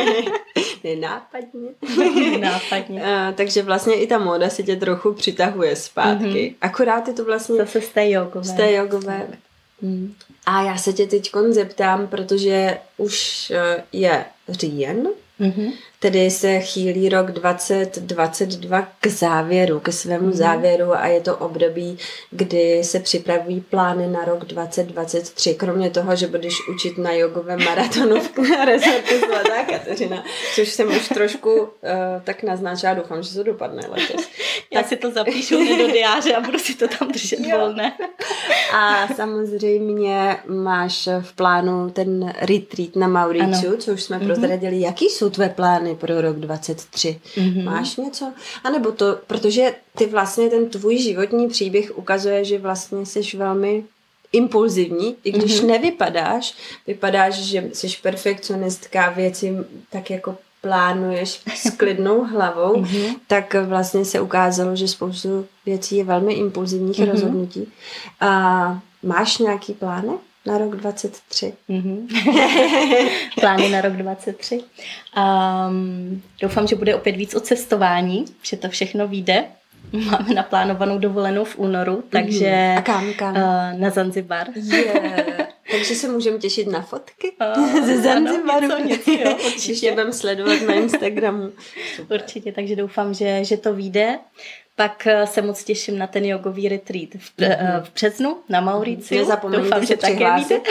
Nenápadně. Takže vlastně i ta móda si tě trochu přitahuje zpátky. Akorát je to vlastně... Zase z té jogové. A já se tě teďkon zeptám, protože už je říjen, tedy se chýlí rok 2022 k závěru, ke svému závěru a je to období, kdy se připravují plány na rok 2023. Kromě toho, že budeš učit na jogovém maratonu v rezortu Zlatá Kateřina, což jsem už trošku tak naznačila, doufám, že to dopadne letos. Já si to zapíšu do diáře a budu si to tam držet volné. A samozřejmě máš v plánu ten retreat na Mauriciu, co už jsme prozradili. Jaký jsou tvé plány pro rok 2023? Máš něco? A nebo to, protože ty vlastně ten tvůj životní příběh ukazuje, že vlastně jsi velmi impulzivní, i když nevypadáš, vypadáš, že jsi perfekcionistka, věci tak jako plánuješ s klidnou hlavou, tak vlastně se ukázalo, že spoustu věcí je velmi impulzivních rozhodnutí. A máš nějaký plány na rok 2023? Plány na rok 2023. Doufám, že bude opět víc o cestování, že to všechno vyjde. Máme naplánovanou dovolenou v únoru, takže a kam? Na Zanzibar. Takže se můžeme těšit na fotky ze Zanzibaru. Ano, něco, jo, určitě. Ještě budeme sledovat na Instagramu. Super. Určitě, takže doufám, že to vyjde. Pak se moc těším na ten jogový retreat v březnu na Mauriciu. Nezapomeňte se přihlásit.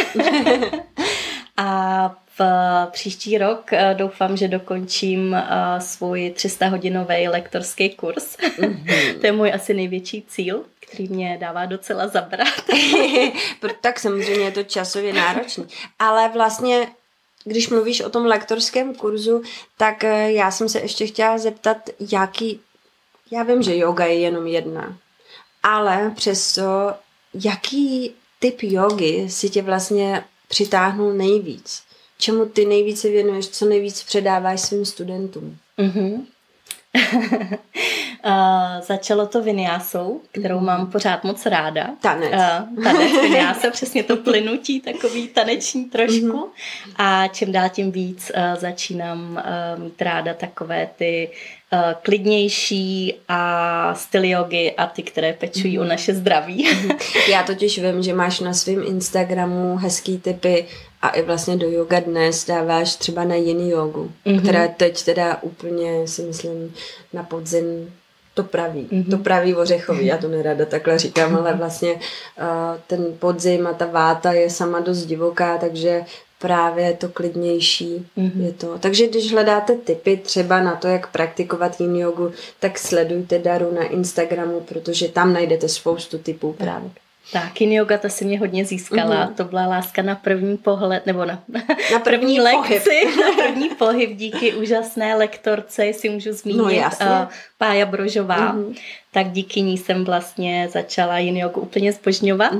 A v příští rok doufám, že dokončím svůj 300-hodinový lektorský kurz. To je můj asi největší cíl, který mě dává docela zabrat. Tak samozřejmě je to časově náročný. Ale vlastně, když mluvíš o tom lektorském kurzu, tak já jsem se ještě chtěla zeptat, já vím, že yoga je jenom jedna, ale přesto, jaký typ jogy si tě vlastně přitáhnul nejvíc? Čemu ty nejvíce věnuješ, co nejvíc předáváš svým studentům? Začalo to vinyásou, kterou mám pořád moc ráda. Tanec. Tanec vinyása, přesně to plynutí, takový taneční trošku. A čím dál tím víc začínám mít ráda takové ty klidnější a styl jogy a ty, které pečují o naše zdraví. Já totiž vím, že máš na svém Instagramu hezký tipy a i vlastně do Yoga Dnes dáváš třeba na yin jogu, která teď teda úplně si myslím na podzim to praví ořechový, já to nerada takhle říkám, ale vlastně ten podzim a ta váta je sama dost divoká, takže právě to klidnější je to. Takže když hledáte tipy třeba na to, jak praktikovat yin jogu, tak sledujte Daru na Instagramu, protože tam najdete spoustu tipů právě. Tak, yin yoga, ta si mě hodně získala. To byla láska na první pohled, nebo na první lekci, na první pohyb díky úžasné lektorce, jestli můžu zmínit, Pája Brožová. Tak díky ní jsem vlastně začala yin jogu úplně zbožňovat.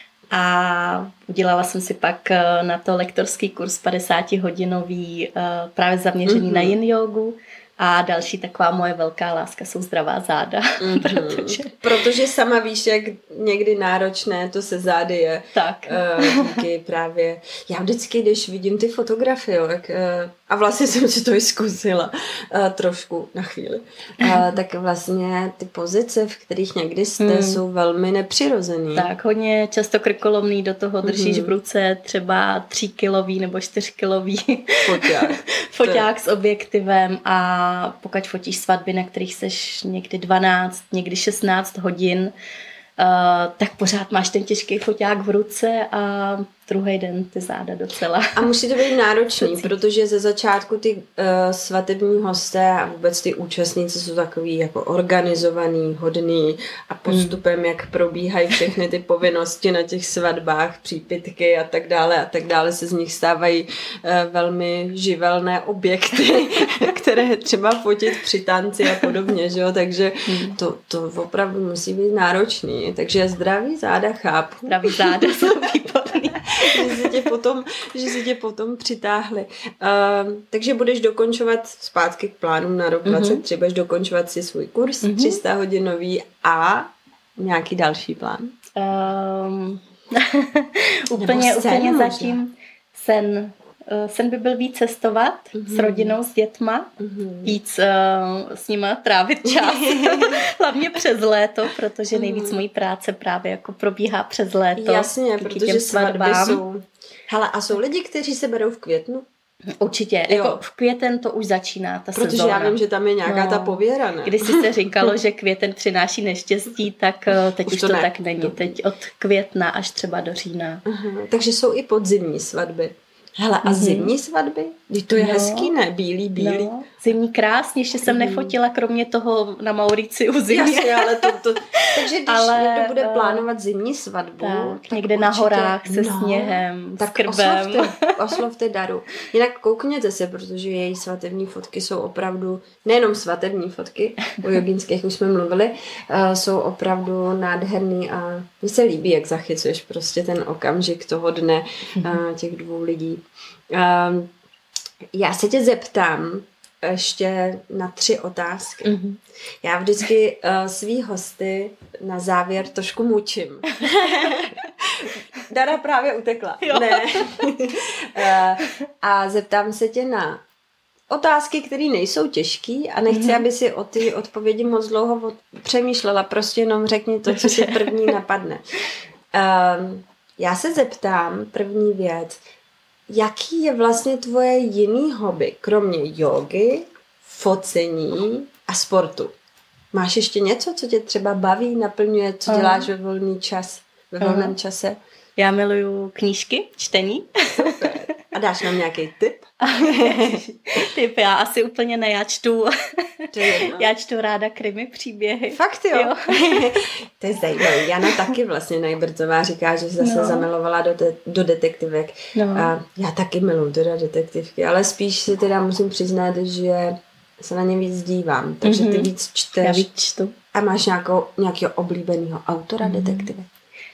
A udělala jsem si pak na to lektorský kurz 50-hodinový právě zaměřený na yin jogu. A další taková moje velká láska jsou zdravá záda. Protože sama víš, jak někdy náročné to se zády je. Tak. Díky právě. Já vždycky, když vidím ty fotografie, a vlastně jsem si to i zkusila trošku na chvíli, tak vlastně ty pozice, v kterých někdy jste, jsou velmi nepřirozený. Tak, hodně často krkolomný, do toho držíš v ruce třeba 3kilový nebo 4kilový foťák s objektivem a pokud fotíš svatby, na kterých seš někdy 12, někdy 16 hodin, tak pořád máš ten těžký foťák v ruce a druhý den ty záda docela. A musí to být náročný, protože ze začátku ty svatební hosté a vůbec ty účastníci jsou takový jako organizovaný, hodný a postupem, jak probíhají všechny ty povinnosti na těch svatbách, přípitky a tak dále, se z nich stávají velmi živelné objekty, které třeba fotit při tanci a podobně, že jo? Takže to opravdu musí být náročný. Takže zdravý záda chápu. Zdravý záda jsou výborný. že si tě potom přitáhli. Takže budeš dokončovat zpátky k plánům na rok 23, budeš dokončovat si svůj kurz 300 hodinový a nějaký další plán? Úplně zatím sen by byl víc cestovat s rodinou, s dětma, víc s nima trávit čas, hlavně přes léto, protože nejvíc mojí práce právě jako probíhá přes léto. Jasně, protože svatby jsou. Hele, a jsou lidi, kteří se berou v květnu? Určitě, jako v květen to už začíná ta protože sezóna. Já vím, že tam je nějaká ta pověra, ne? Když si se říkalo, že květen přináší neštěstí, tak teď už to tak není. Teď od května až třeba do října. Takže jsou i podzimní svatby. Hele, a zimní svatby? To je hezký, ne? Bílý. No, zimní krásně, ještě jsem nefotila, kromě toho na Mauriciu zimě. Jasně, ale takže když někdo bude plánovat zimní svatbu, tak někde na horách se sněhem, tak s krbem. Oslovte Daru. Jinak koukněte se, protože její svatební fotky jsou opravdu, nejenom svatební fotky, o jogínských už jsme mluvili, jsou opravdu nádherný a mně se líbí, jak zachycuješ prostě ten okamžik toho dne těch dvou lidí. Já se tě zeptám ještě na 3 otázky. Já vždycky svý hosty na závěr trošku mučím. Dara právě utekla. Jo. Ne. A zeptám se tě na otázky, které nejsou těžký a nechci, aby si o ty odpovědi moc dlouho přemýšlela. Prostě jenom řekni to, co si první napadne. Já se zeptám, první věc, jaký je vlastně tvoje jiný hobby, kromě jógy, focení a sportu? Máš ještě něco, co tě třeba baví, naplňuje, co děláš ve volném čase? Já miluju knížky, čtení. Super. A dáš nám nějaký tip? Tip, já asi úplně ne, já čtu ráda krimi příběhy. Fakt jo? To je zajímavé. Jana taky vlastně Najbrdzová říká, že se zase zamilovala do detektivek. A já taky miluji teda detektivky, ale spíš si teda musím přiznat, že se na ně víc dívám. Takže ty víc čteš. Já víc čtu. A máš nějakého oblíbeného autora detektivek?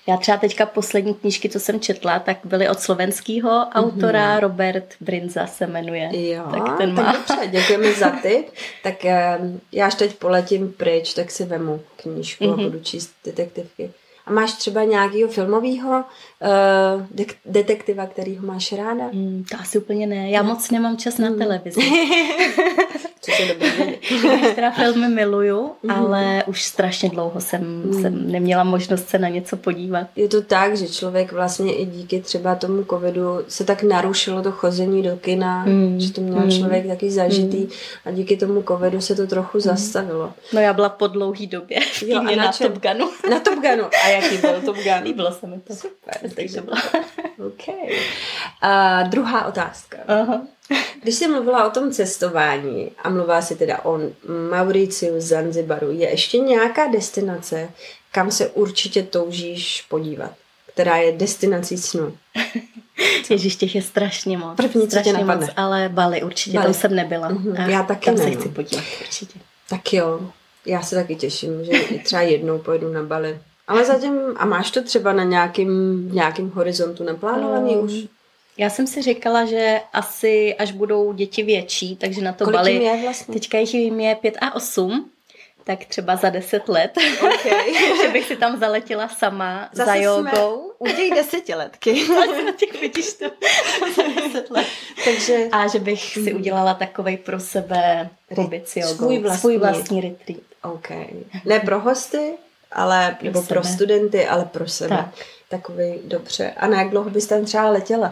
Já třeba teďka poslední knížky, co jsem četla, tak byly od slovenského autora, Robert Brindza se jmenuje. Jo, tak ten má. Tak dobře, děkujeme za tip. Tak já až teď poletím pryč, tak si vemu knížku a budu číst detektivky. A máš třeba nějakého filmového detektiva, kterýho máš ráda? To asi úplně ne. Já moc nemám čas na televizi. Což je dobrý. Teda filmy miluju, ale už strašně dlouho jsem neměla možnost se na něco podívat. Je to tak, že člověk vlastně i díky třeba tomu covidu se tak narušilo to chození do kina, že to měl člověk taky zažitý a díky tomu covidu se to trochu zastavilo. No já byla po dlouhý době v kině na Top Gunu. Na Top Gunu. A jaký byl Top Gun? Líbilo se mi to. Super. Takže okay. A druhá otázka. Aha. Když jsi mluvila o tom cestování a mluvila jsi teda o Mauriciu, Zanzibaru, je ještě nějaká destinace, kam se určitě toužíš podívat? Která je destinací snu? Ježiš, těch je strašně moc. První, co tě napadne? Moc, ale Bali určitě, tam jsem nebyla. Já taky tam ne. se chci podívat určitě. Tak jo, já se taky těším, že třeba jednou pojedu na Bali. Ale zatím, a máš to třeba na nějakým horizontu naplánovaný už? Já jsem si říkala, že asi až budou děti větší, takže na to Kolik Bali, jim je vlastně? teďka jim je 5 a 8, tak třeba za 10 let, Okay. že bych si tam zaletěla sama za jogou. U těch 10letky. Za těch vidíš to, za 10 let. Takže... A že bych si udělala takovej pro sebe pobyt s jogou. Svůj vlastní retreat. Okay. Ne pro hosty, ale nebo pro studenty, ale pro sebe. Tak. Takový dobře. A na jak dlouho bys tam třeba letěla?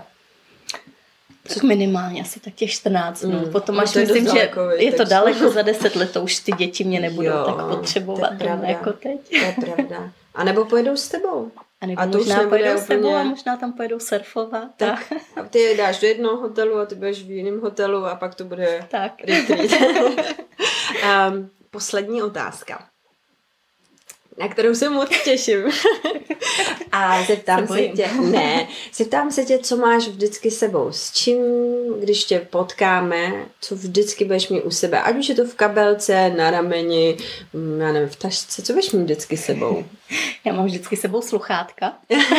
Tak minimálně asi tak těch 14 dnů. Potom až myslím, že daleko, je to daleko za 10 let, to už ty děti mě nebudou tak potřebovat jako teď. To je pravda. A nebo pojedou s tebou. A nebo možná pojedou s tebou a možná tam pojedou surfovat. Tak. A ty je dáš do jednoho hotelu a ty budeš v jiném hotelu a pak to bude retreat. Poslední otázka, na kterou se moc těším. A zeptám se tě, co máš vždycky sebou. S čím, když tě potkáme, co vždycky budeš mít u sebe. Ať už je to v kabelce, na rameni, já nevím, v tašce. Co budeš mít vždycky sebou? Já mám vždycky sebou sluchátka.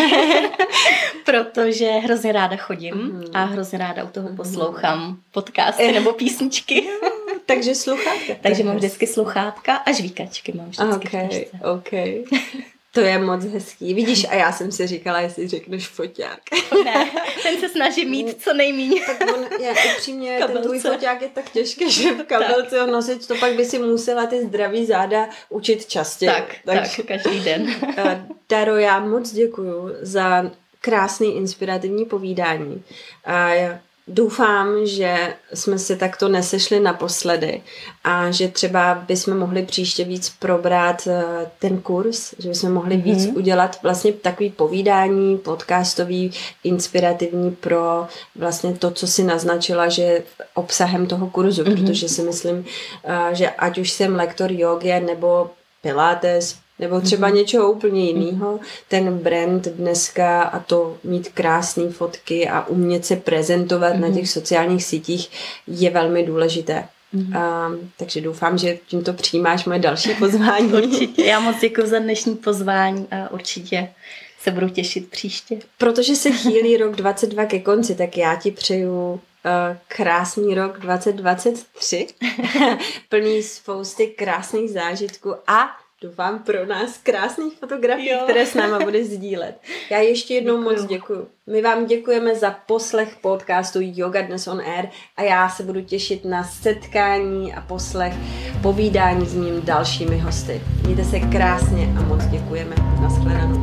Protože hrozně ráda chodím a hrozně ráda u toho poslouchám podcasty nebo písničky. Takže sluchátka. Takže mám vždycky sluchátka a žvíkačky mám vždycky v tašce. Okay. To je moc hezký. Vidíš, a já jsem si říkala, jestli řekneš foťák. Ne, ten se snaží mít co nejméně. Tak upřímně, ten tvůj foťák je tak těžký, že v kabelce ho nosit, to pak by si musela ty zdravý záda učit častěji. Tak, každý den. Daro, já moc děkuju za krásný inspirativní povídání. Doufám, že jsme se takto nesešli naposledy a že třeba bychom mohli příště víc probrat ten kurz, že bychom mohli víc udělat vlastně takový povídání podcastový, inspirativní pro vlastně to, co si naznačila, že obsahem toho kurzu, protože si myslím, že ať už jsem lektor jogy nebo pilates, nebo třeba něčeho úplně jiného. Ten brand dneska a to mít krásné fotky a umět se prezentovat na těch sociálních sítích je velmi důležité. Takže doufám, že tímto přijímáš moje další pozvání. Určitě. Já moc děkuji za dnešní pozvání a určitě se budu těšit příště. Protože se chýlí rok 22 ke konci, tak já ti přeju krásný rok 2023, plný spousty krásných zážitků a doufám pro nás krásných fotografií, které s náma bude sdílet. Já ještě jednou moc děkuju. My vám děkujeme za poslech podcastu Yoga Dnes on Air a já se budu těšit na setkání a poslech povídání s mým dalšími hosty. Mějte se krásně a moc děkujeme. Naschledanou.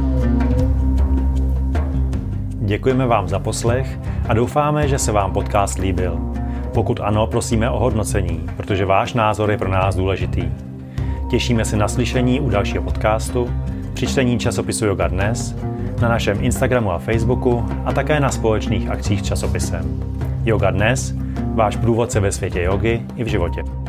Děkujeme vám za poslech a doufáme, že se vám podcast líbil. Pokud ano, prosíme o hodnocení, protože váš názor je pro nás důležitý. Těšíme se na slyšení u dalšího podcastu, při čtení časopisu Yoga Dnes, na našem Instagramu a Facebooku a také na společných akcích s časopisem. Yoga Dnes, váš průvodce ve světě jogy i v životě.